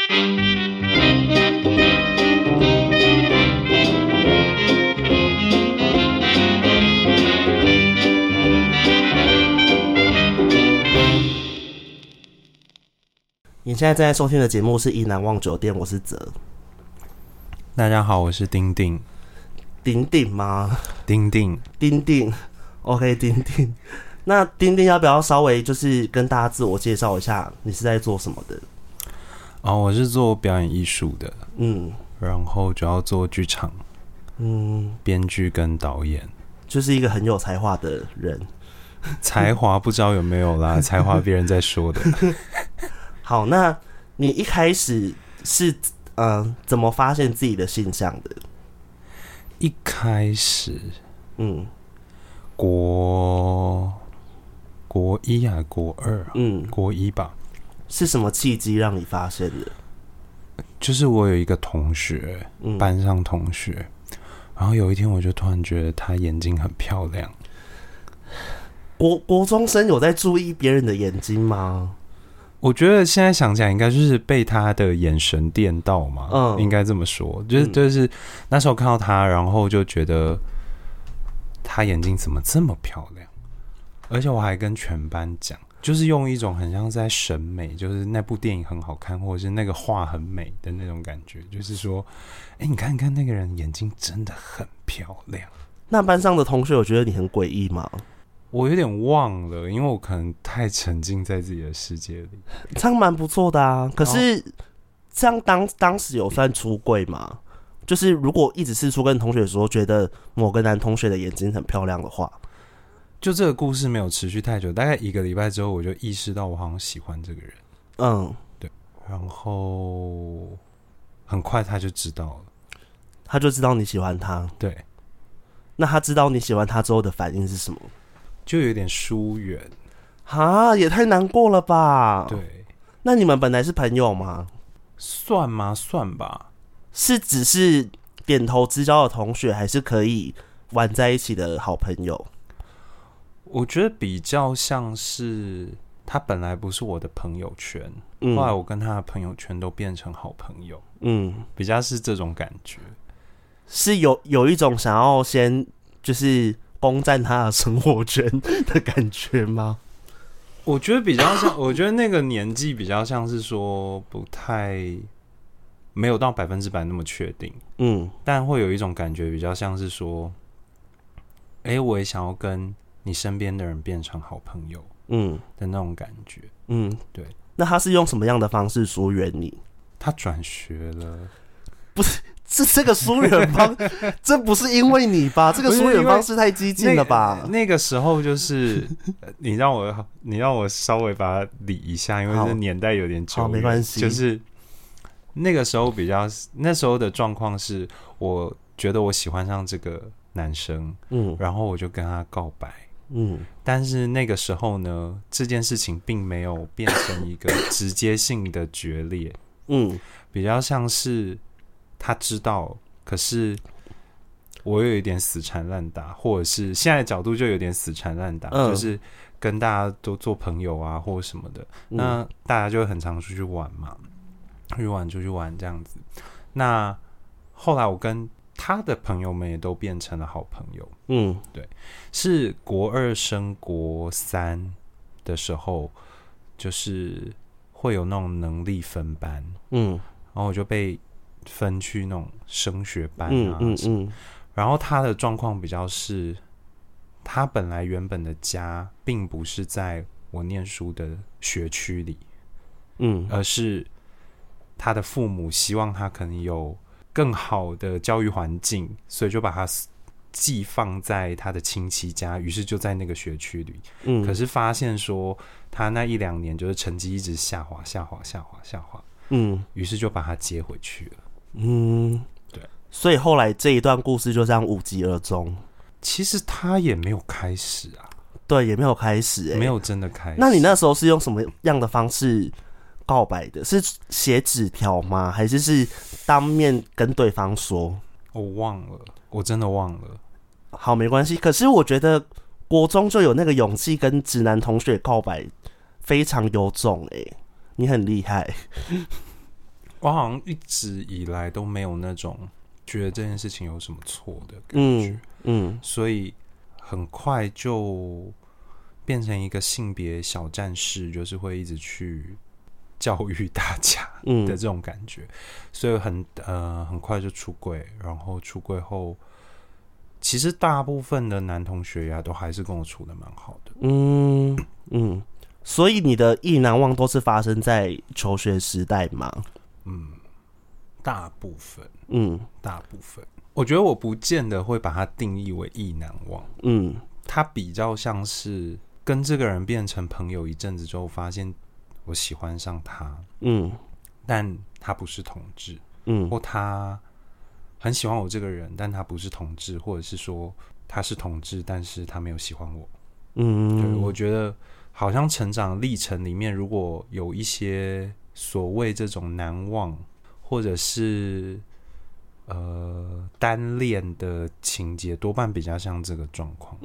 你现在正在收听的节目是《意难忘酒店》，我是泽。 大家好，我是丁丁。 丁丁吗？ 丁丁， 丁丁 ，OK， 丁丁。那丁丁要不要稍微就是跟大家自我介绍一下，你是在做什么的？ 我是做表演艺术的，然后主要做剧场，编剧跟导演， 就是一个很有才华的人。 才华不知道有没有啦，才华别人在说的。 好，那你一开始是怎么发现自己的性向的？ 一开始，国一还是国二啊？国一吧。 是什么契机让你发现的？ 就是我有一个同学，班上同学，然后有一天我就突然觉得他眼睛很漂亮。 国中生有在注意别人的眼睛吗？ 我觉得现在想起来，应该就是被他的眼神电到嘛，应该这么说。就是那时候看到他，然后就觉得他眼睛怎么这么漂亮，而且我还跟全班讲，就是用一种很像是在审美，就是那部电影很好看，或者是那个画很美的那种感觉，就是说，你看那个人眼睛真的很漂亮。 那班上的同学有觉得你很诡异吗？ 我有点忘了，因为我可能太沉浸在自己的世界里。 这样蛮不错的啊，可是这样当时有算出柜吗？就是如果一直是出跟同学说觉得某个男同学的眼睛很漂亮的话， 就这个故事没有持续太久，大概1个礼拜之后，我就意识到我好像喜欢这个人。对，然后很快他就知道了， 他就知道你喜欢他。 对， 那他知道你喜欢他之后的反应是什么？ 就有点疏远。 哈，也太难过了吧。 对， 那你们本来是朋友吗？ 算吗？算吧。 是只是点头之交的同学，还是可以玩在一起的好朋友？ 我觉得比较像是他本来不是我的朋友圈，后来我跟他的朋友圈都变成好朋友。比较是这种感觉。 是有一种想要先就是攻占他的生活圈的感觉吗？ 我觉得比较像，我觉得那个年纪比较像是说不太没有到100%那么确定，但会有一种感觉比较像是说，我也想要跟你身边的人变成好朋友，的那种感觉，对。 那他是用什么样的方式疏远你？ 他转学了， 不是。是这个疏远方，这不是因为你吧？这个疏远方式太激进了吧？ 那个时候就是你让我稍微把它理一下，因为这年代有点久远， 好，没关系。 就是那个时候那时候的状况是，我觉得我喜欢上这个男生，然后我就跟他告白，但是那个时候呢，这件事情并没有变成一个直接性的决裂，比较像是。他知道，可是我有一点死缠烂打，或者是现在的角度就有点死缠烂打，就是跟大家都做朋友啊，或者什么的。那大家就会很常出去玩嘛，出去玩这样子。那后来我跟他的朋友们也都变成了好朋友。对，是国2升国3的时候，就是会有那种能力分班，然后我就被。分去那种升学班啊，然后他的状况比较是，他原本的家并不是在我念书的学区里，而是他的父母希望他可能有更好的教育环境，所以就把他寄放在他的亲戚家，于是就在那个学区里，可是发现说他那1-2年就是成绩一直下滑，于是就把他接回去了。对， 所以后来这一段故事就这样无疾而终。 其实他也没有开始啊， 对，也没有开始， 没有真的开始。 那你那时候是用什么样的方式告白的？是写纸条吗？还是当面跟对方说？ 我忘了，我真的忘了。 好，没关系。可是我觉得国中就有那个勇气跟直男同学告白，非常有种你很厉害。 我好像一直以来都没有那种觉得这件事情有什么错的感觉，所以很快就变成一个性别小战士，就是会一直去教育大家的这种感觉，所以很快就出柜，然后出柜后，其实大部分的男同学呀都还是跟我处的蛮好的， 所以你的意难忘都是发生在求学时代吗？ 大部分，我觉得我不见得会把它定义为意难忘，它比较像是跟这个人变成朋友一阵子之后，发现我喜欢上他，但他不是同志，或他很喜欢我这个人，但他不是同志，或者是说他是同志，但是他没有喜欢我，对，我觉得好像成长历程里面，如果有一些所谓这种难忘，或者是单恋的情节，多半比较像这个状况。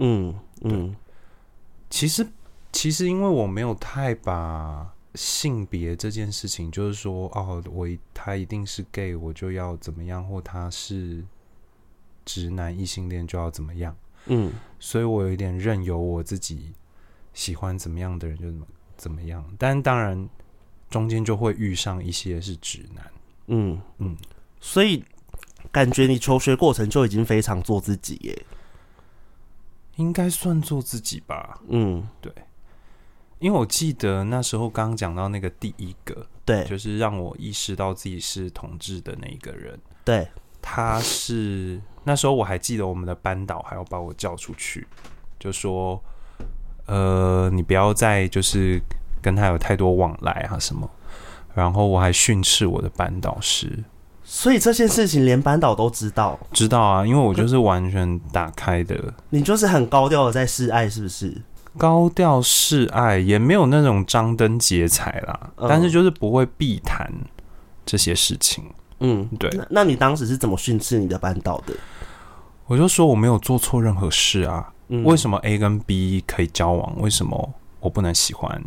其实因为我没有太把性别这件事情，就是说他一定是 gay 我就要怎么样，或他是直男异性恋就要怎么样，所以我有一点任由我自己喜欢怎么样的人就怎么样，但当然中间就会遇上一些是直男。 所以感觉你求学过程就已经非常做自己耶。 应该算做自己吧。对，因为我记得那时候刚刚讲到那个第一个， 对， 就是让我意识到自己是同志的那一个人， 对， 他是那时候我还记得我们的班导还要把我叫出去，就说你不要再就是跟他有太多往来啊什么，然后我还训斥我的班导师。 所以这件事情连班导都知道？知道啊，因为我就是完全打开的。 你就是很高调的在示爱，是不是？ 高调示爱也没有那种张灯结彩啦，但是就是不会避谈这些事情。对。 那你当时是怎么训斥你的班导的？ 我就说我没有做错任何事啊，为什么 A 跟 B 可以交往，为什么我不能喜欢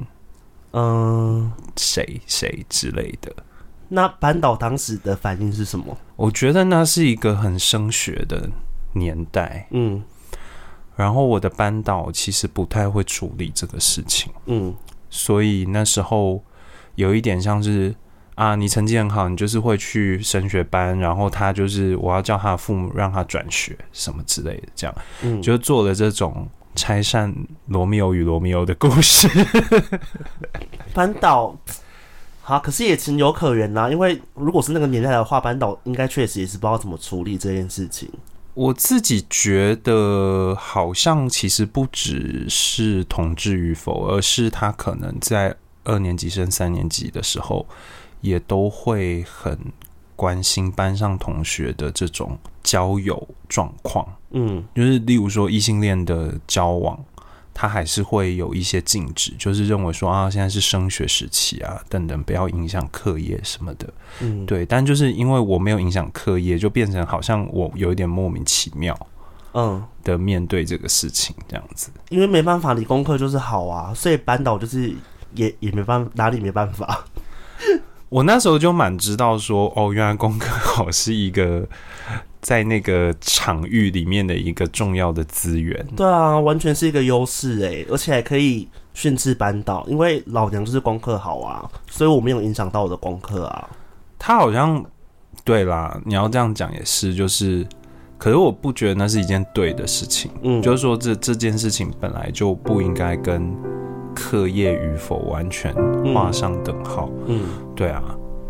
谁之类的？ 那班导当时的反应是什么？ 我觉得那是一个很升学的年代，然后我的班导其实不太会处理这个事情，所以那时候有一点像是你成绩很好，你就是会去升学班，然后他就是我要叫他的父母让他转学什么之类的，这样，就做了这种拆散罗密欧与罗密欧的故事。 班导好，可是也情有可原啦，因为如果是那个年代的话，班导应该确实也是不知道怎么处理这件事情。 我自己觉得好像其实不只是同志与否，而是他可能在2年级升3年级的时候，也都会很关心班上同学的这种交友状况。就是例如说异性恋的交往，他还是会有一些禁止，就是认为说现在是升学时期啊，等等，不要影响课业什么的。对，但就是因为我没有影响课业，就变成好像我有一点莫名其妙的面对这个事情这样子。 因为没办法，你功课就是好啊，所以班导就是也没办法，哪里没办法。 我那时候就蛮知道说，原来功课好是一个在那个场域里面的一个重要的资源。 对啊，完全是一个优势欸，而且还可以训斥班导，因为老娘就是功课好啊，所以我没有影响到我的功课啊。 他好像对啦，你要这样讲也是，就是可是我不觉得那是一件对的事情。就是说这件事情本来就不应该跟课业与否完全画上等号。对啊。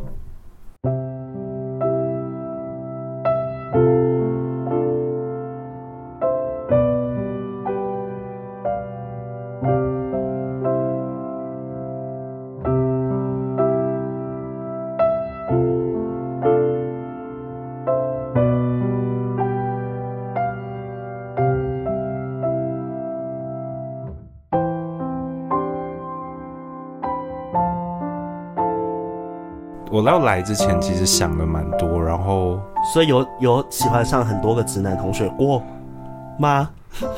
我要来之前其实想了蛮多，然后所以有喜欢上很多个直男同学过吗？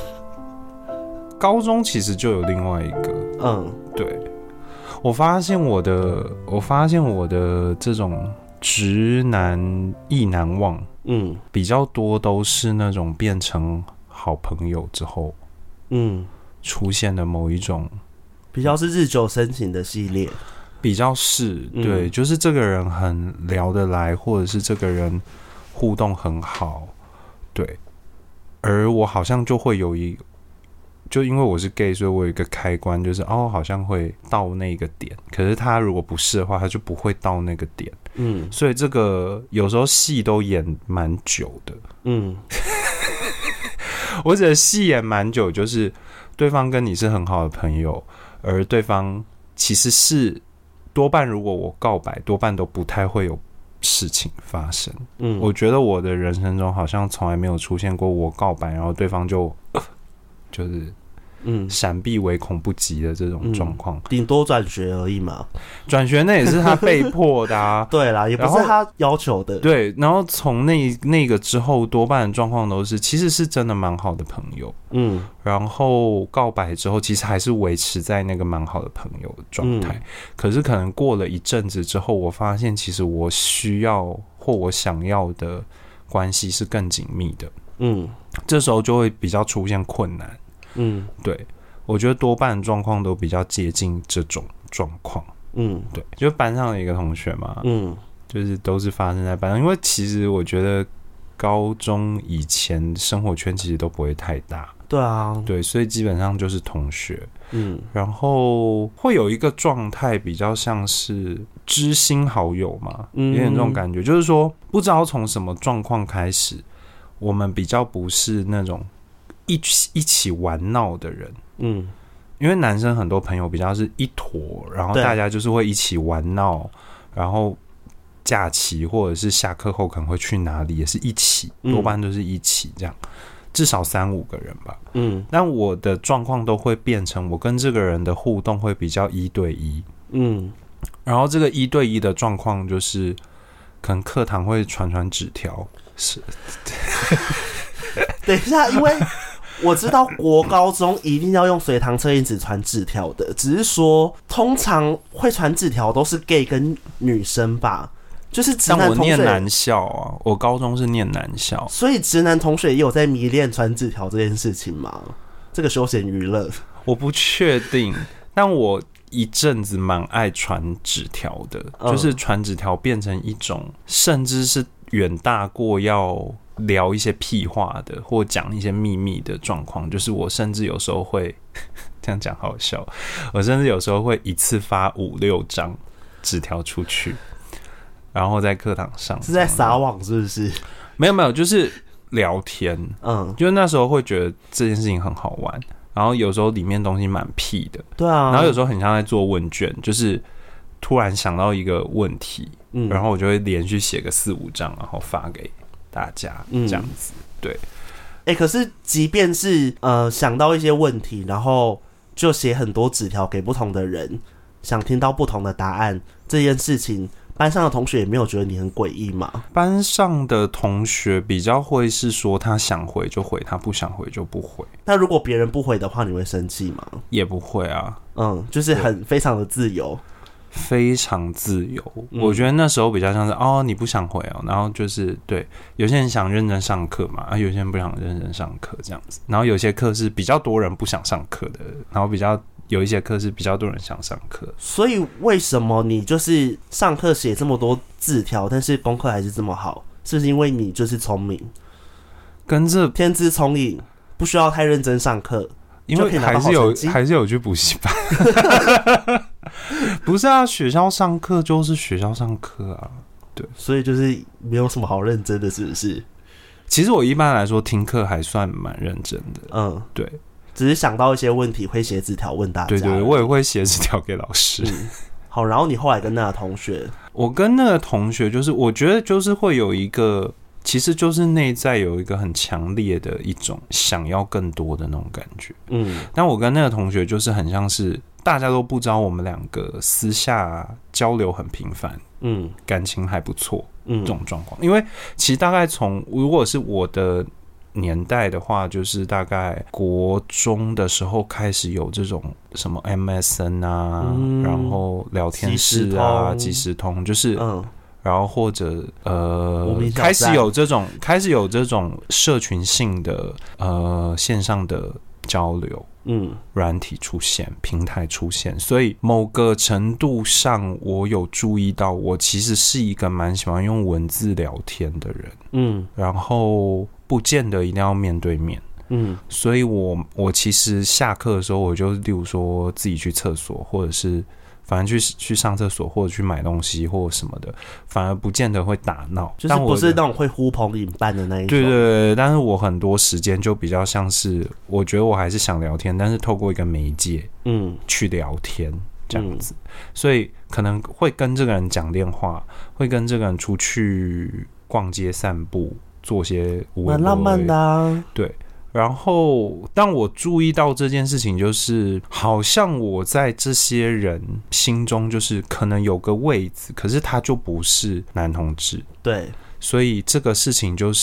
高中其实就有另外一个，对，我发现我的这种直男意难忘，比较多都是那种变成好朋友之后，出现的某一种比较是日久生情的系列， 比较是对，就是这个人很聊得来，或者是这个人互动很好，对，而我好像就会有就因为我是 gay， 所以我有一个开关，就是好像会到那个点。可是他如果不是的话，他就不会到那个点。所以这个有时候戏都演蛮久的。我指的戏演蛮久，就是对方跟你是很好的朋友，而对方其实是多半，如果我告白，多半都不太会有事情发生。我觉得我的人生中好像从来没有出现过我告白，然后对方就是闪避唯恐不及的这种状况， 顶多转学而已嘛。 转学那也是他被迫的啊。 对啦，也不是他要求的。 对，然后从那个之后，多半的状况都是其实是真的蛮好的朋友。然后告白之后，其实还是维持在那个蛮好的朋友的状态。可是可能过了一阵子之后，我发现其实我需要或我想要的关系是更紧密的。这时候就会比较出现困难。对，我觉得多半的状况都比较接近这种状况。对，就班上的一个同学嘛，就是都是发生在班上，因为其实我觉得高中以前生活圈其实都不会太大。 对啊， 对，所以基本上就是同学。然后会有一个状态比较像是知心好友嘛，有点这种感觉，就是说不知道从什么状况开始，我们比较不是那种一起玩闹的人。因为男生很多朋友比较是一坨，然后大家就是会一起玩闹，然后假期或者是下课后可能会去哪里也是一起，多半都是一起这样，至少3-5个人吧。但我的状况都会变成我跟这个人的互动会比较1对1。然后这个1对1的状况就是可能课堂会传纸条。是等一下，因为我知道国高中一定要用随堂测验纸传纸条的，只是说通常会传纸条都是 gay 跟女生吧，就是直男同学。 但我念男校啊，我高中是念男校， 所以直男同学也有在迷恋传纸条这件事情吗？这个休闲娱乐我不确定，但我一阵子蛮爱传纸条的，就是传纸条变成一种，甚至是远大过要聊一些屁话的或讲一些秘密的状况，就是我甚至有时候会这样讲好笑，我甚至有时候会一次发5-6张纸条出去，然后在课堂上是在撒网是不是？ 没有，就是聊天。就是那时候会觉得这件事情很好玩，然后有时候里面东西蛮屁的。对啊，然后有时候很像在做问卷，就是突然想到一个问题，然后我就会连续写个4-5张，然后发给大家，这样子。对， 可是即便是想到一些问题，然后就写很多纸条给不同的人，想听到不同的答案，这件事情班上的同学也没有觉得你很诡异吗？ 班上的同学比较会是说他想回就回，他不想回就不回。 那如果别人不回的话，你会生气吗？ 也不会啊， 就是非常的自由。 非常自由。我觉得那时候比较像是你不想回然后就是对，有些人想认真上课嘛，有些人不想认真上课这样子，然后有些课是比较多人不想上课的，然后有一些课是比较多人想上课。 所以为什么你就是上课写这么多字条，但是功课还是这么好？是不是因为你就是聪明，跟这天资聪颖，不需要太认真上课？ 因为还是有去补习班。不是啊，学校上课就是学校上课啊，对， 所以就是没有什么好认真的，是不是？ 其实我一般来说听课还算蛮认真的，对， 只是想到一些问题会写纸条问大家。 对，我也会写纸条给老师。 好，然后你后来跟那个同学， 我跟那个同学就是，我觉得就是会有一个。其实就是内在有一个很强烈的一种想要更多的那种感觉。但我跟那个同学就是很像是大家都不知道我们两个私下交流很频繁，感情还不错，这种状况。因为其实大概如果是我的年代的话，就是大概国中的时候开始有这种什么 MSN 啊，然后聊天室啊，即时通，就是。 然后或者开始有这种社群性的线上的交流，软体出现，平台出现，所以某个程度上，我有注意到，我其实是一个蛮喜欢用文字聊天的人，然后不见得一定要面对面。所以我其实下课的时候，我就例如说自己去厕所，或者是反正去上厕所，或者去买东西或者什么的，反而不见得会打闹， 就是不是那种会呼朋引伴的那一种。 对对对，但是我很多时间就比较像是，我觉得我还是想聊天，但是透过一个媒介，去聊天这样子，所以可能会跟这个人讲电话，会跟这个人出去逛街散步，做些蛮浪漫的啊， 对。然后当我注意到这件事情，就是好像我在这些人心中就是可能有个位置，可是他就不是男同志。 对， 所以这个事情就是，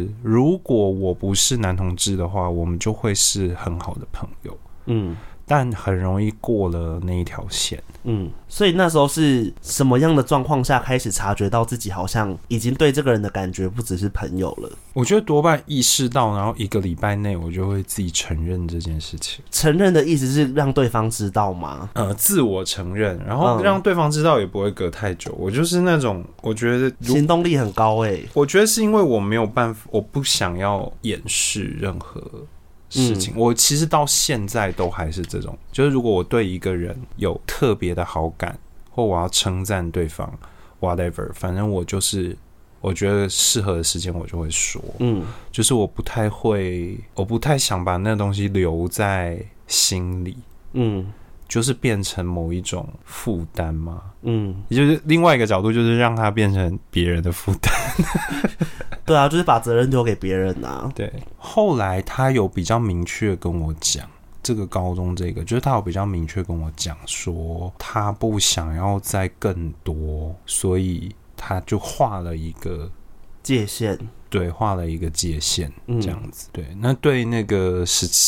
如果我不是男同志的话，我们就会是很好的朋友。但很容易过了那一条线。 所以那时候是什么样的状况下开始察觉到自己好像已经对这个人的感觉不只是朋友了？ 我觉得多半意识到，然后1个礼拜内我就会自己承认这件事情。 承认的意思是让对方知道吗？ 自我承认，然后让对方知道也不会隔太久。我就是那种我觉得行动力很高欸。 我觉得是因为我没有办法，我不想要掩饰任何事情，我其实到现在都还是这种，就是如果我对一个人有特别的好感，或我要称赞对方 whatever， 反正我就是我觉得适合的时间我就会说，就是我不太想把那东西留在心里，就是变成某一种负担嘛，也就是另外一个角度，就是让它变成别人的负担。 对啊，就是把责任丢给别人啊。 对，后来他有比较明确跟我讲，这个高中这个，就是他有比较明确跟我讲说，他不想要再更多，所以他就画了一个界限。 对，画了一个界限，这样子。对，那对那个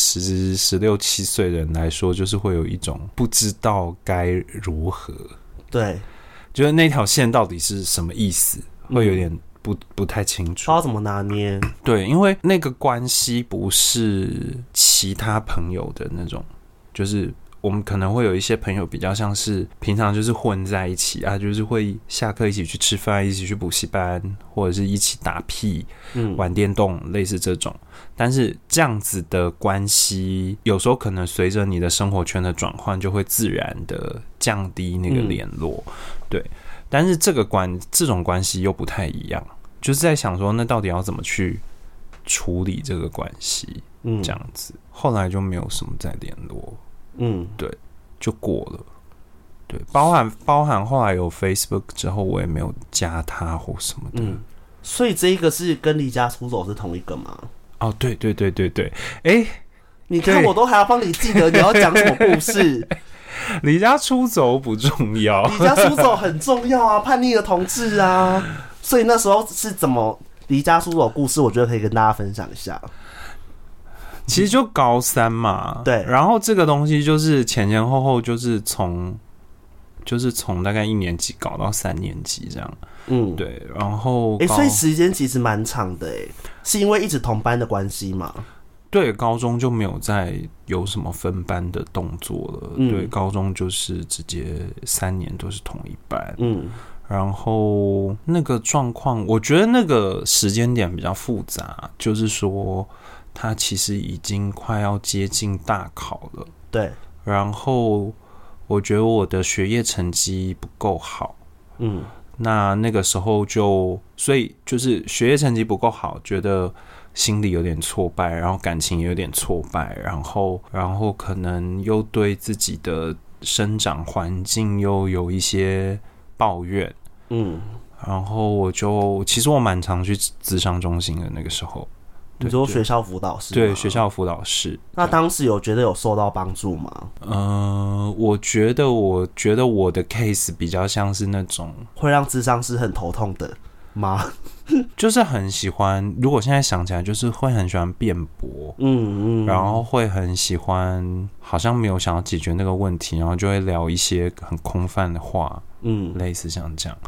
16、17岁的人来说，就是会有一种不知道该如何。 对， 就是那条线到底是什么意思，会有点不太清楚，不知道怎么拿捏。 对，因为那个关系不是其他朋友的那种，就是我们可能会有一些朋友比较像是平常就是混在一起啊，就是会下课一起去吃饭，一起去补习班，或者是一起打屁、玩电动，类似这种。但是这样子的关系，有时候可能随着你的生活圈的转换，就会自然的降低那个联络。对，但是这种关系又不太一样，就是在想说，那到底要怎么去处理这个关系？这样子，后来就没有什么再联络。对，就过了。对，包含后来有 Facebook 之后，我也没有加他或什么的。 所以这一个是跟离家出走是同一个吗？ 哦，对对对对对， 你看我都还要帮你记得你要讲什么故事。 离家出走不重要， 离家出走很重要啊，叛逆的同志啊。所以那时候是怎么离家出走的故事？我觉得可以跟大家分享一下。 其实就高3嘛， 对， 然后这个东西就是前前后后就是从大概1年级搞到3年级这样，对，然后所以时间其实蛮长的，是因为一直同班的关系吗？ 对，高中就没有再有什么分班的动作了，对，高中就是直接3年都是同一班，然后那个状况，我觉得那个时间点比较复杂，就是说。他其实已经快要接近大考了， 对。 然后我觉得我的学业成绩不够好，那个时候所以就是学业成绩不够好，觉得心里有点挫败，然后感情也有点挫败，然后可能又对自己的生长环境又有一些抱怨，然后其实我蛮常去咨商中心的那个时候。 你说学校辅导室？ 对，学校辅导室。 那当时有觉得有受到帮助吗？ 我觉得我的 case 比较像是那种会让咨商师很头痛的吗？ 就是很喜欢，如果现在想起来，就是会很喜欢辩驳，然后会很喜欢，好像没有想要解决那个问题，然后就会聊一些很空泛的话，类似像这样。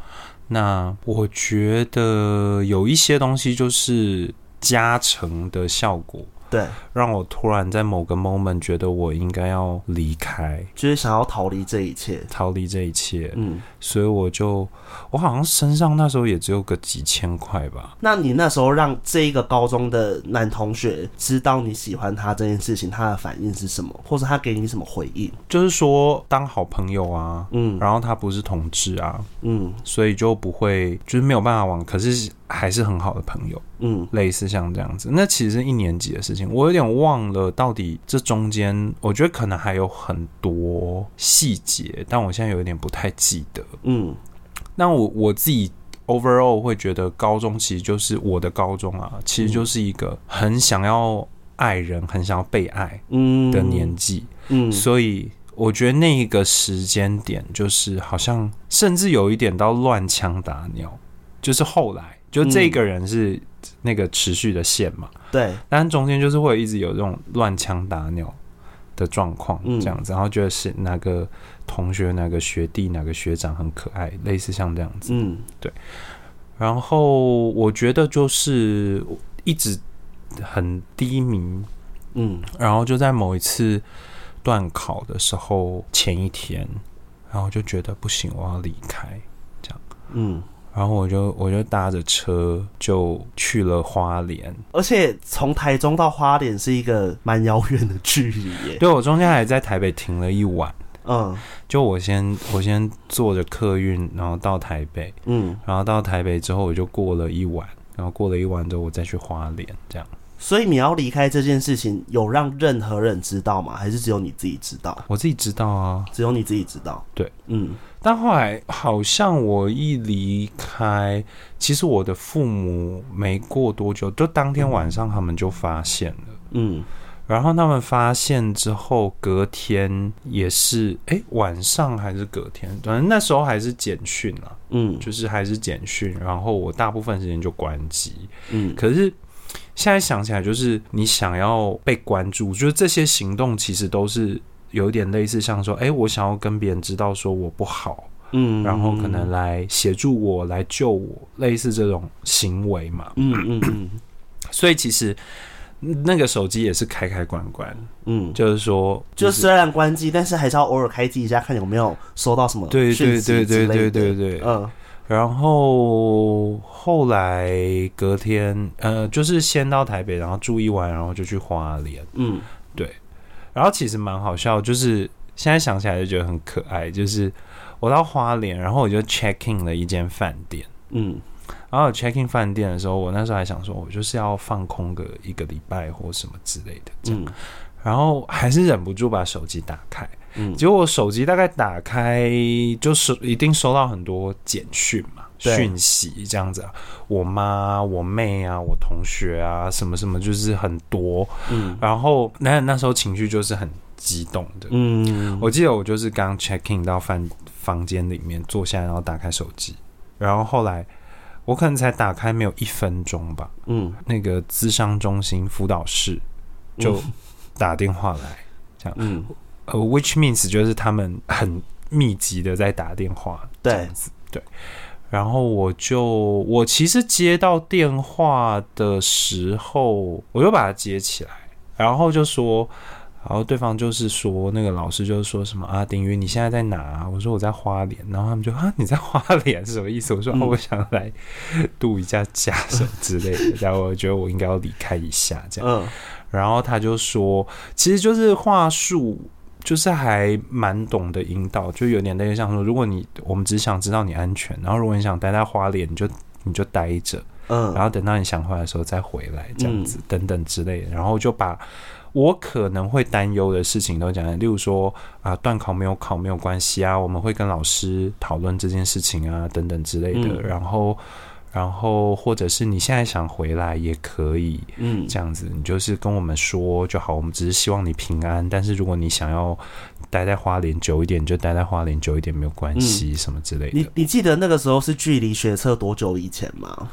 那我觉得有一些东西就是加成的效果， 对，让我突然在某个 moment 觉得我应该要离开， 就是想要逃离这一切， 所以我好像身上那时候也只有个几千块吧。 那你那时候让这一个高中的男同学知道你喜欢他这件事情，他的反应是什么，或者他给你什么回应？ 就是说当好朋友啊，然后他不是同志啊，所以就不会，就是没有办法玩，可是还是很好的朋友，类似像这样子。那其实是1年级的事情，我有点忘了到底这中间，我觉得可能还有很多细节，但我现在有点不太记得。那我自己 overall 会觉得高中其实就是我的高中啊，其实就是一个很想要爱人，很想要被爱的年纪，所以我觉得那一个时间点就是好像甚至有一点到乱枪打鸟，就是后来就这个人是那个持续的线嘛， 对， 但中间就是会一直有这种乱枪打鸟的状况这样子，然后觉得是哪个同学、哪个学弟、哪个学长很可爱，类似像这样子，对。然后我觉得就是一直很低迷，然后就在某一次段考的时候前一天，然后就觉得不行，我要离开，这样，然后我就搭着车就去了花莲， 而且从台中到花莲是一个蛮遥远的距离耶。 对，我中间还在台北停了一晚，就我先坐着客运，然后到台北，然后到台北之后我就过了一晚，然后过了一晚之后我再去花莲，这样。 所以你要离开这件事情，有让任何人知道吗？还是只有你自己知道？ 我自己知道啊， 只有你自己知道。 对，但后来好像我一离开，其实我的父母没过多久，就当天晚上他们就发现了，然后他们发现之后，隔天也是，晚上还是隔天，反正那时候还是简讯啦，就是还是简讯，然后我大部分时间就关机，可是现在想起来，就是你想要被关注，就是这些行动其实都是有点类似像说，我想要跟别人知道说我不好，然后可能来协助我，来救我，类似这种行为嘛，所以其实那个手机也是开开关关，就是说， 就虽然关机，但是还是要偶尔开机一下，看有没有收到什么讯息之类的。 对，然后后来隔天，就是先到台北，然后住一晚，然后就去花莲，对。然后其实蛮好笑，就是现在想起来就觉得很可爱，就是我到花莲，然后我就 check in 了一间饭店，然后我 check in 饭店的时候，我那时候还想说，我就是要放空个1个礼拜或什么之类的，这样，然后还是忍不住把手机打开，结果我手机大概打开，就是一定收到很多简讯嘛，讯息这样子啊，我妈、我妹啊、我同学啊，什么什么，就是很多，然后那时候情绪就是很激动的，我记得我就是刚 check in 到房间里面坐下来，然后打开手机，然后后来我可能才打开没有1分钟吧，那个咨商中心辅导室就打电话来，这样，which means 就是他们很密集的在打电话，这样子，对。然后我其实接到电话的时候，我就把它接起来，然后就说，然后对方就是说，那个老师就是说什么啊，丁云你现在在哪啊？我说我在花莲，然后他们就你在花莲是什么意思？我说我想来度一下假什么之类的，然后我觉得我应该要离开一下这样，然后他就说，其实就是话术。就是还蛮懂得引导，就有点类似像说，如果我们只想知道你安全，然后如果你想待在花莲，你就待着，然后等到你想回来的时候再回来，这样子，等等之类的，然后就把我可能会担忧的事情都讲了，例如说啊，段考没有考没有关系啊，我们会跟老师讨论这件事情啊，等等之类的，然后或者是你现在想回来也可以，这样子你就是跟我们说就好，我们只是希望你平安，但是如果你想要待在花莲久一点，就待在花莲久一点没有关系，什么之类的。 你记得那个时候是距离学测多久以前吗？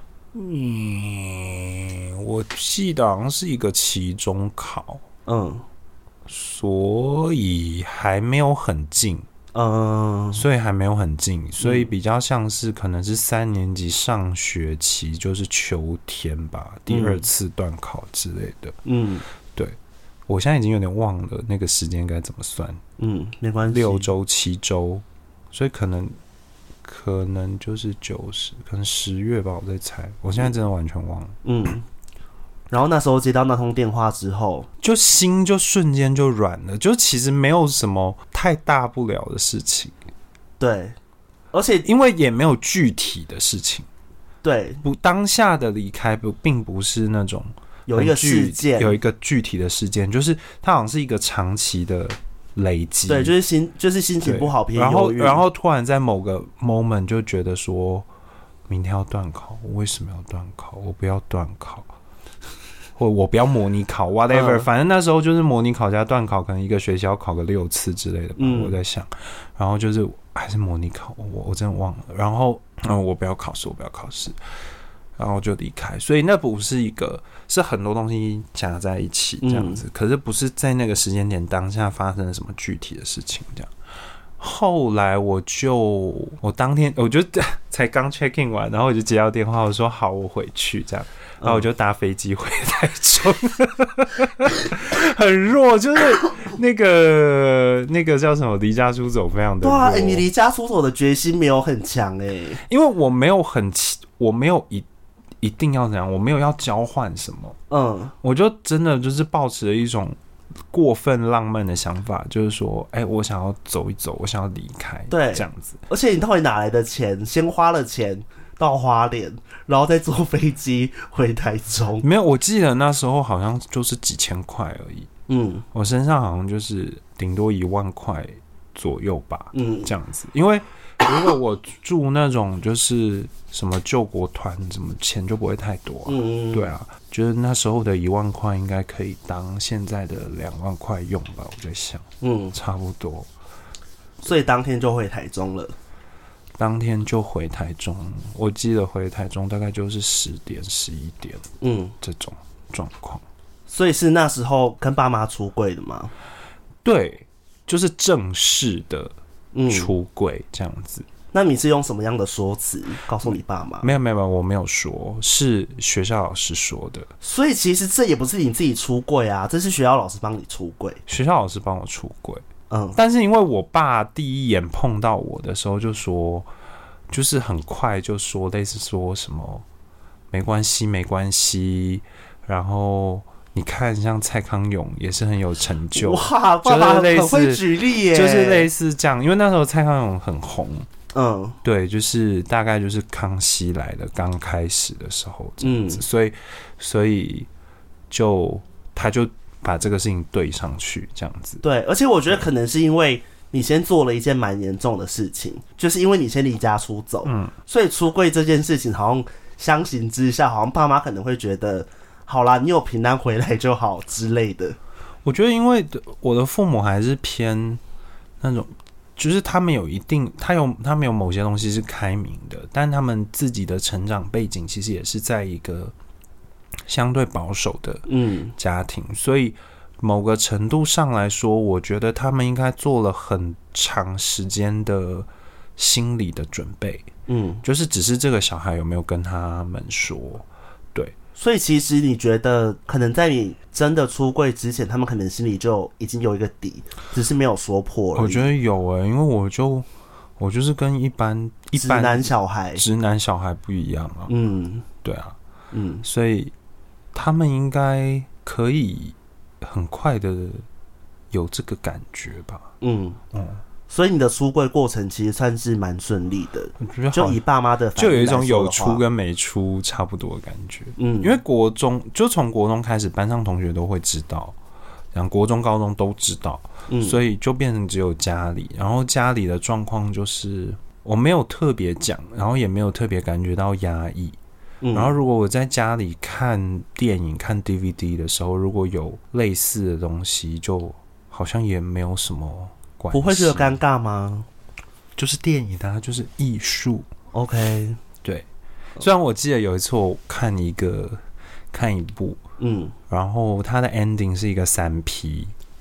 我记得好像是一个期中考，所以还没有很近。 所以还没有很近，所以比较像是可能是3年级上学期，就是秋天吧，第2次段考之类的。对，我现在已经有点忘了那个时间该怎么算。 没关系 ，6周7周，所以可能就是90，可能10月吧，我在猜。我现在真的完全忘了。 然后那时候接到那通电话之后， 就心就瞬间就软了，就其实没有什么太大不了的事情。 对，而且因为也没有具体的事情。 对， 当下的离开并不是那种有一个事件， 有一个具体的事件，就是它好像是一个长期的累积。 对，就是心情不好，偏忧郁， 然后突然在某个 moment 就觉得说，明天要段考，我为什么要段考？我不要段考。或我不要模拟考 whatever，反正那时候就是模拟考加段考，可能一个学期要考个6次之类的吧，我在想。然后就是还是模拟考，我真的忘了。然后我不要考试，然后就离开。所以那不是一个，是很多东西加在一起这样子，可是不是在那个时间点当下发生了什么具体的事情这样。后来我当天我就才刚 check in 完，然后我就接到电话，我说好，我回去这样。然后我就搭飞机回台中，很弱，就是那个叫什么离家出走，非常的弱。 对啊，你离家出走的决心没有很强因为我没有一定要怎样，我没有要交换什么，我就真的就是抱持了一种过分浪漫的想法，就是说，我想要走一走，我想要离开，对，这样子。 而且你到底哪来的钱？先花了钱到花莲，然后再坐飞机回台中。 没有，我记得那时候好像就是几千块而已。我身上好像就是顶多1万块左右吧。这样子。因为如果我住那种就是什么救国团，什么钱就不会太多。对啊，觉得那时候的1万块应该可以当现在的2万块用吧，我在想。差不多。 所以当天就回台中了。 当天就回台中，我记得回台中大概就是10点11点，这种状况。 所以是那时候跟爸妈出柜的吗？ 对，就是正式的出柜这样子。 那你是用什么样的说辞告诉你爸妈？ 没有，我没有说，是学校老师说的。 所以其实这也不是你自己出柜啊，这是学校老师帮你出柜。 学校老师帮我出柜。但是因为我爸第一眼碰到我的时候就说，就是很快就说类似说什么没关系，然后你看像蔡康永也是很有成就， 哇，爸爸很会举例耶， 就是类似这样，因为那时候蔡康永很红，对，就是大概就是康熙来了刚开始的时候这样子，所以他就把这个事情对上去，这样子。 对，而且我觉得可能是因为你先做了一件蛮严重的事情，就是因为你先离家出走，所以出柜这件事情好像相形之下，好像爸妈可能会觉得，好啦，你有平安回来就好之类的。 我觉得，因为我的父母还是偏那种，就是他们有一定，他们有某些东西是开明的，但他们自己的成长背景其实也是在一个相对保守的家庭，所以某个程度上来说，我觉得他们应该做了很长时间的心理的准备，就是只是这个小孩有没有跟他们说，对。 所以其实你觉得，可能在你真的出柜之前，他们可能心里就已经有一个底，只是没有说破而已。 我觉得有因为我就是跟一般直男小孩不一样啊，对啊，所以他们应该可以很快的有这个感觉吧。 所以你的出柜过程其实算是蛮顺利的， 我觉得就以爸妈的反应就有一种有出跟没出差不多的感觉。因为国中就从国中开始，班上同学都会知道，然后国中、高中都知道，所以就变成只有家里。然后家里的状况就是我没有特别讲，然后也没有特别感觉到压抑。然后如果我在家里看电影、看 DVD 的时候，如果有类似的东西，就好像也没有什么关系。 不会觉得尴尬吗？ 就是电影它就是艺术 ，OK， 对。虽然我记得有一次我看一部，然后它的 ending 是一个3P，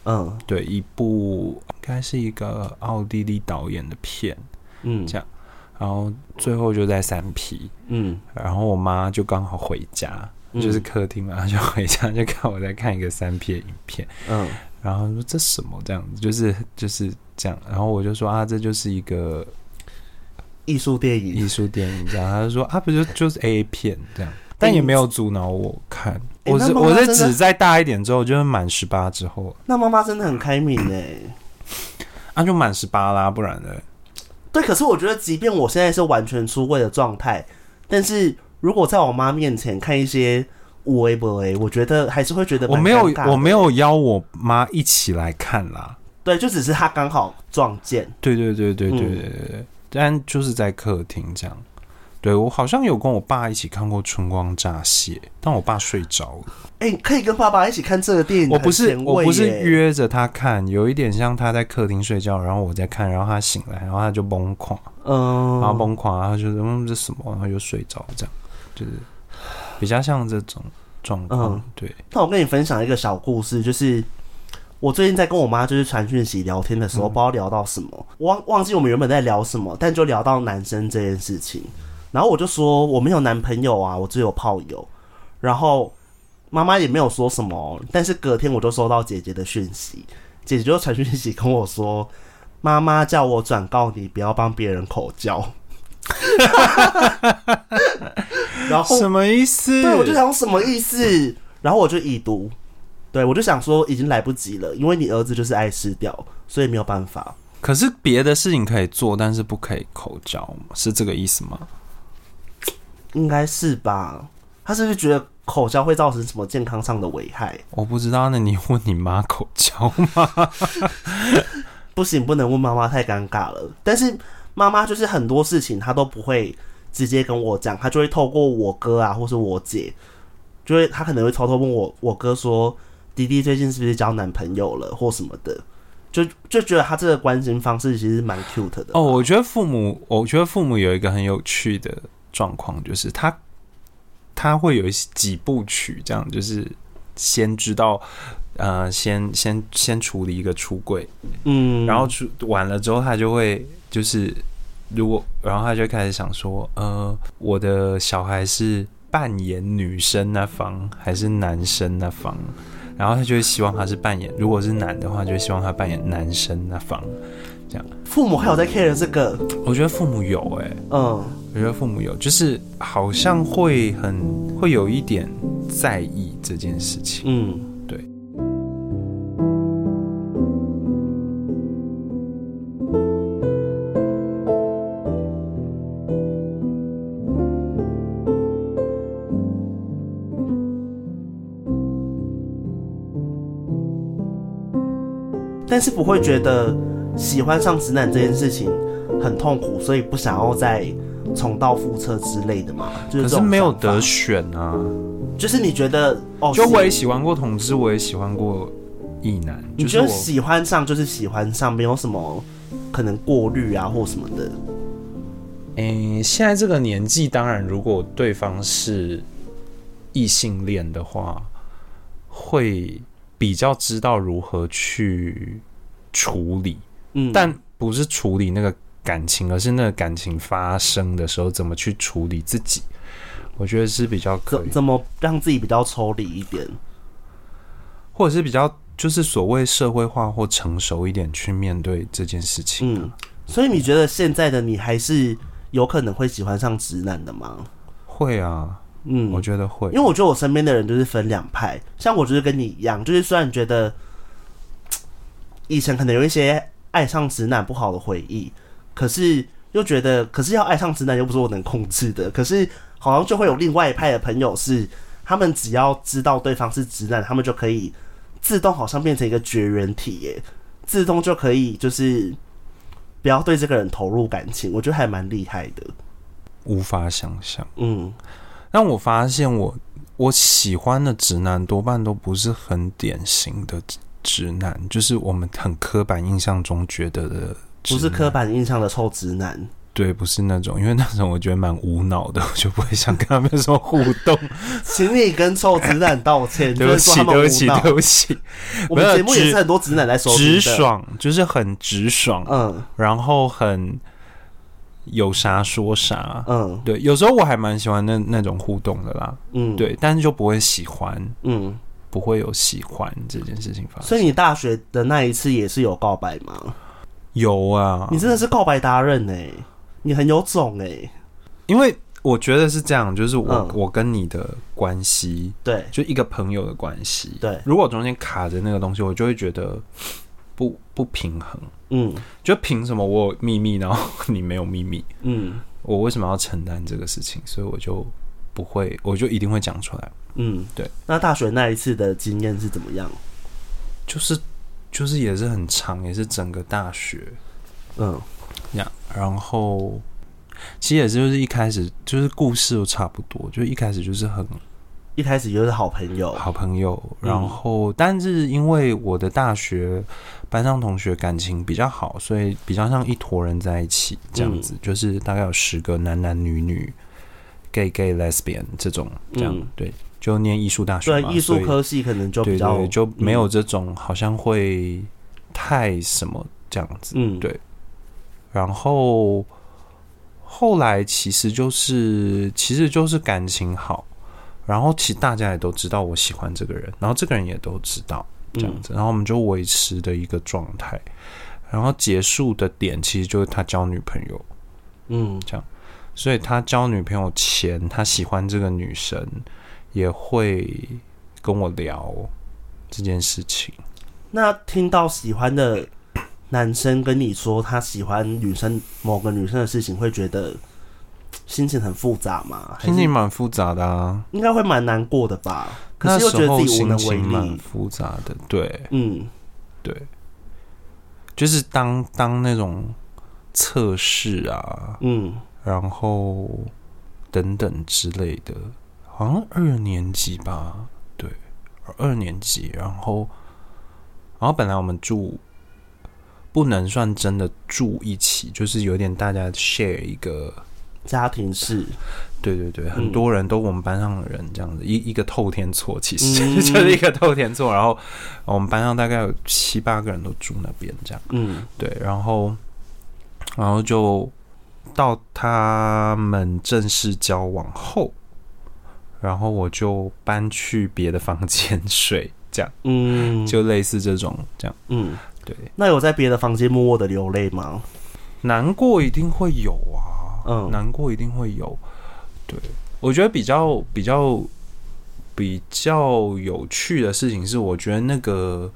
对，一部应该是一个奥地利导演的片，这样，然后最后就在3P，然后我妈就刚好回家，就是客厅嘛，就回家就看我在看一个3P 的影片，然后说这什么这样子，就是这样，然后我就说啊，这就是一个艺术电影这样，他就说啊，不就是 A 片这样，但也没有阻挠我看，我是指再大一点之后，就是满18之后， 那妈妈真的很开明就满18啦，不然呢？ 对，可是我觉得，即便我现在是完全出柜的状态，但是如果在我妈面前看一些有的没的，我觉得还是会觉得蛮尴尬的。 我没有邀我妈一起来看啦， 对，就只是她刚好撞见，对， 但就是在客厅这样。对，我好像有跟我爸一起看过《春光乍泄》，但我爸睡着了。 可以跟爸爸一起看这个电影， 我不是约着他看，有一点像他在客厅睡觉，然后我在看，然后他醒来，然后他就崩垮，然后崩垮，然后就这什么，然后就睡着，这样就是比较像这种状况。对。 那我跟你分享一个小故事，就是我最近在跟我妈就是传讯息聊天的时候，不知道聊到什么，我忘记我们原本在聊什么，但就聊到男生这件事情。然后我就说我没有男朋友啊，我只有炮友。然后妈妈也没有说什么，但是隔天我就收到姐姐的讯息，姐姐就传讯息跟我说，妈妈叫我转告你不要帮别人口交。然后什么意思？ 对，我就想什么意思，然后我就已读。对，我就想说已经来不及了，因为你儿子就是爱吃掉，所以没有办法。 可是别的事情可以做，但是不可以口交，是这个意思吗？ 应该是吧。他是不是觉得口交会造成什么健康上的危害？ 我不知道，那你问你妈口交吗？ 不行，不能问妈妈，太尴尬了。但是妈妈就是很多事情她都不会直接跟我讲，她就会透过我哥啊，或是我姐，就会她可能会偷偷问我哥说，弟弟最近是不是交男朋友了，或什么的。就觉得他这个关心方式其实蛮 cute 的。 我觉得父母有一个很有趣的状况，就是他会有几部曲，这样就是先知道，先处理一个出柜，然后完了之后，他就会就是然后他就开始想说，我的小孩是扮演女生那方还是男生那方？然后他就会希望他是扮演，如果是男的话，就会希望他扮演男生那方，这样。 父母还有在 care 这个？ 我觉得父母有我觉得父母有，就是好像会有一点在意这件事情。对。 但是不会觉得喜欢上直男这件事情很痛苦，所以不想要再重蹈覆辙之类的嘛？就是可是没有得选啊。 就是你觉得就我也喜欢过同志，我也喜欢过异男。 你觉得喜欢上就是喜欢上，没有什么可能过滤啊或什么的？ 现在这个年纪，当然如果对方是异性恋的话，会比较知道如何去处理，但不是处理那个感情，而是那个感情发生的时候怎么去处理自己，我觉得是比较可以。 怎么让自己比较抽离一点， 或者是比较就是所谓社会化或成熟一点去面对这件事情。 所以你觉得现在的你还是有可能会喜欢上直男的吗？ 会啊。我觉得会， 因为我觉得我身边的人就是分两派，像我就是跟你一样，就是虽然觉得以前可能有一些爱上直男不好的回忆，可是又觉得，可是要爱上直男又不是我能控制的，可是好像就会有另外一派的朋友是，他们只要知道对方是直男，他们就可以自动好像变成一个绝缘体耶，自动就可以就是不要对这个人投入感情，我觉得还蛮厉害的， 无法想象。但我发现我喜欢的直男多半都不是很典型的直男，就是我们很刻板印象中觉得的直男， 不是刻板印象的臭直男。 对，不是那种，因为那种我觉得蛮无脑的，我就不会想跟他们说互动。 请你跟臭直男道歉， 对不起，对不起，对不起。 我们节目也是很多直男在收听的。 直爽，就是很直爽，然后很有啥说啥，对，有时候我还蛮喜欢那种互动的啦，对，但是就不会喜欢，不会有喜欢这件事情发生。 所以你大学的那一次也是有告白吗？ 有啊， 你真的是告白达人欸，你很有种欸。 因为我觉得是这样，就是我跟你的关系， 对， 就一个朋友的关系， 对， 如果中间卡着那个东西，我就会觉得不平衡，就凭什么我有秘密，然后你没有秘密，我为什么要承担这个事情？所以我就不会，我就一定会讲出来，对。那大学那一次的经验是怎么样？ 就是也是很长，也是整个大学，这样，然后其实也是就是一开始就是故事都差不多，就一开始就是一开始就是好朋友， 然后但是因为我的大学班上同学感情比较好，所以比较像一坨人在一起这样子，就是大概有10个男男女女 gay lesbian 这种这样，对。就念艺术大学嘛， 对，艺术科系可能就比较对，就没有这种好像会太什么这样子，对。然后后来其实就是感情好，然后其实大家也都知道我喜欢这个人，然后这个人也都知道这样子，然后我们就维持的一个状态，然后结束的点其实就是他交女朋友，这样。所以他交女朋友前，他喜欢这个女生。也会跟我聊这件事情。 那听到喜欢的男生跟你说他喜欢某个女生的事情，会觉得心情很复杂吗？ 心情蛮复杂的啊， 应该会蛮难过的吧？可是又觉得自己无能为力， 心情蛮复杂的，对，对，就是当那种测试啊，然后等等之类的。好像2年级吧，对，2年级，然后本来我们住不能算真的住一起，就是有点大家 share 一个家庭式， 对对对，很多人都我们班上的人这样子，一个透天厝，其实就是一个透天厝，然后我们班上大概有7、8个人都住那边这样，对，然后就到他们正式交往后。然后我就搬去别的房间睡，这样，就类似这种这样，对。 那有在别的房间默默的流泪吗？ 难过一定会有啊，难过一定会有。对，我觉得比较有趣的事情是，我觉得那个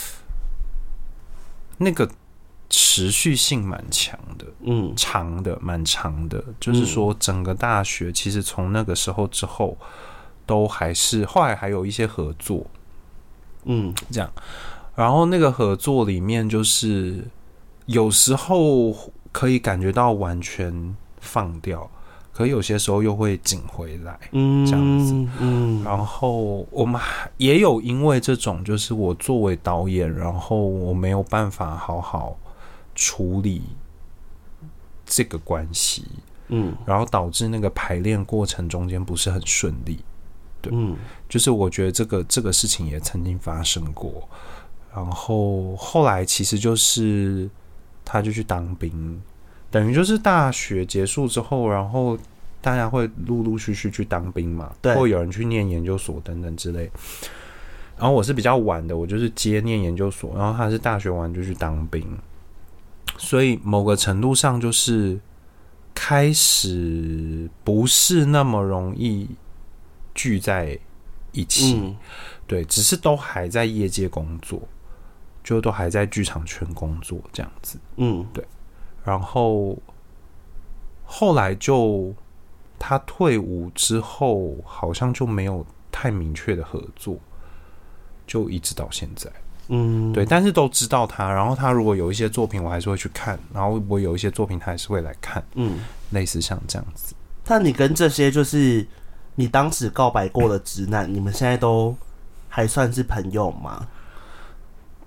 持续性蛮强的，蛮长的。就是说，整个大学其实从那个时候之后，都还是后来还有一些合作，这样。然后那个合作里面，就是有时候可以感觉到完全放掉，可有些时候又会紧回来，这样子。然后我们也有因为这种，就是我作为导演，然后我没有办法好好处理这个关系，然后导致那个排练过程中间不是很顺利，对，就是我觉得这个事情也曾经发生过，然后后来其实就是他就去当兵，等于就是大学结束之后，然后大家会陆陆续续去当兵嘛，对，或有人去念研究所等等之类。然后我是比较晚的，我就是接念研究所，然后他是大学完就去当兵。所以某个程度上就是开始不是那么容易聚在一起，对，只是都还在业界工作，就都还在剧场圈工作这样子，对。然后后来就他退伍之后，好像就没有太明确的合作，就一直到现在。对，但是都知道他，然后他如果有一些作品，我还是会去看，然后我有一些作品，他还是会来看，类似像这样子。 那你跟这些就是你当时告白过的直男，你们现在都还算是朋友吗？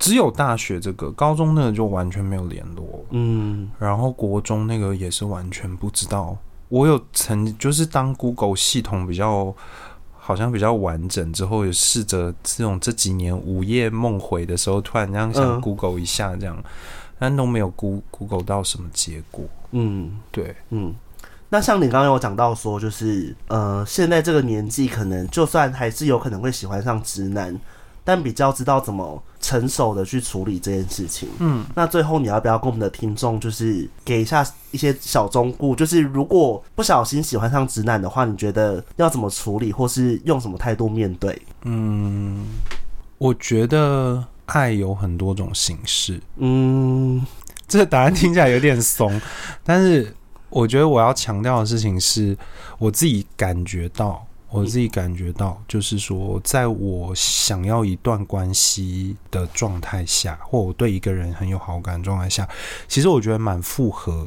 只有大学这个，高中那个就完全没有联络。然后国中那个也是完全不知道。我有就是当 Google 系统好像比较完整之后，有试着这几年午夜梦回的时候，突然这样想 Google 一下这样，但都没有 Google 到什么结果。对， 那像你刚刚有讲到说，就是现在这个年纪，可能就算还是有可能会喜欢上直男，但比较知道怎么成熟的去处理这件事情。那最后你要不要跟我们的听众就是给一些小忠告，就是如果不小心喜欢上直男的话，你觉得要怎么处理，或是用什么态度面对？ 我觉得爱有很多种形式。这个答案听起来有点怂，但是我觉得我要强调的事情是，我自己感觉到，就是说，在我想要一段关系的状态下，或我对一个人很有好感的状态下，其实我觉得蛮复合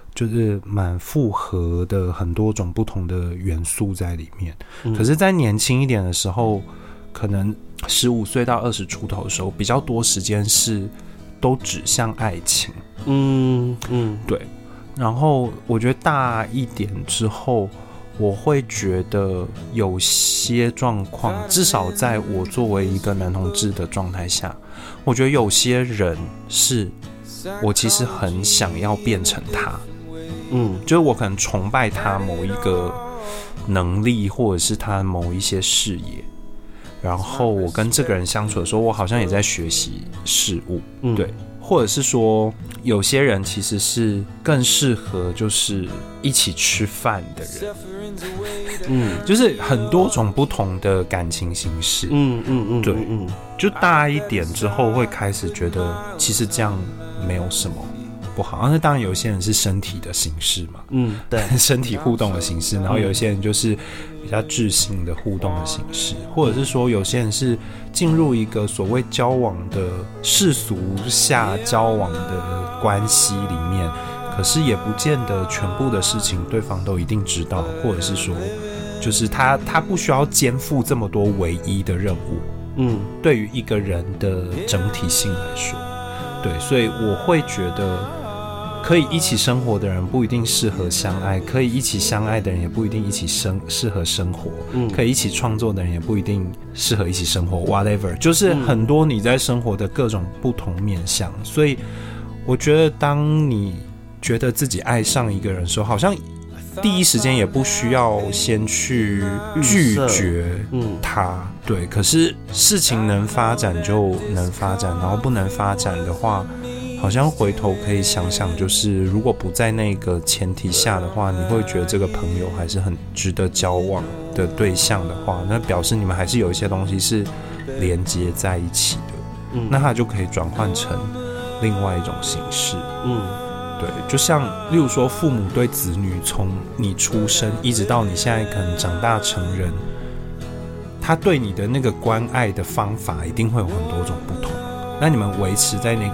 的很多种不同的元素在里面。可是在年轻一点的时候，可能15岁到20出头的时候，比较多时间是都指向爱情。对。然后我觉得大一点之后，我会觉得有些状况，至少在我作为一个男同志的状态下，我觉得有些人是我其实很想要变成他。就是我可能崇拜他某一个能力，或者是他某一些视野，然后我跟这个人相处的时候，我好像也在学习事物。对。或者是说有些人其实是更适合就是一起吃饭的人。就是很多种不同的感情形式。对。就大一点之后会开始觉得其实这样没有什么不好。那当然有些人是身体的形式嘛。对。身体互动的形式，然后有些人就是比较智性的互动的形式，或者是说有些人是进入一个所谓交往的世俗下交往的关系里面，可是也不见得全部的事情对方都一定知道，或者是说就是他不需要肩负这么多唯一的任务。对于一个人的整体性来说，对，所以我会觉得可以一起生活的人不一定适合相爱，可以一起相爱的人也不一定一起适合生活。可以一起创作的人也不一定适合一起生活 whatever， 就是很多你在生活的各种不同面向。所以我觉得当你觉得自己爱上一个人的时候，好像第一时间也不需要先去拒绝他。对，可是事情能发展就能发展，然后不能发展的话，好像回头可以想想，就是如果不在那个前提下的话，你会觉得这个朋友还是很值得交往的对象的话，那表示你们还是有一些东西是连接在一起的。那它就可以转换成另外一种形式。对，就像例如说父母对子女从你出生一直到你现在可能长大成人，他对你的那个关爱的方法一定会有很多种不同。那你们维持在那个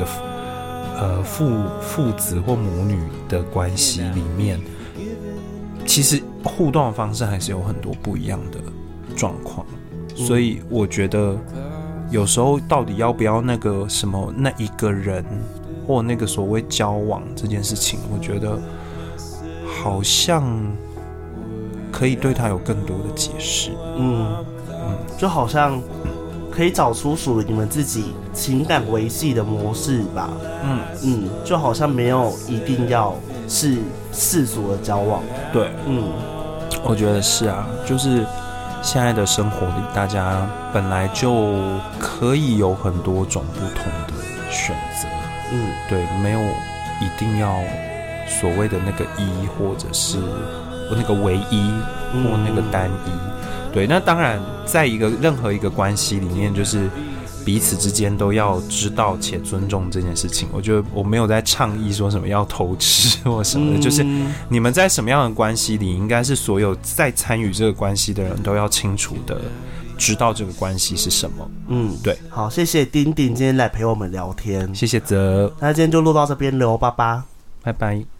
父子或母女的关系里面，其实互动的方式还是有很多不一样的状况。所以我觉得有时候到底要不要那个什么那一个人或那个所谓交往这件事情，我觉得好像可以对他有更多的解释。 就好像可以找出属于你们自己情感维系的模式吧。就好像没有一定要是世俗的交往。 对，我觉得是啊，就是现在的生活里，大家本来就可以有很多种不同的选择。对，没有一定要所谓的那个一，或者是那个唯一，或那个单一。对，那当然在任何一个关系里面，就是彼此之间都要知道且尊重这件事情。我觉得我没有在倡议说什么要偷吃或什么的，就是你们在什么样的关系里，应该是所有在参与这个关系的人都要清楚的知道这个关系是什么。对。 好，谢谢丁丁今天来陪我们聊天。 谢谢泽。 那今天就录到这边了，拜拜。 拜拜。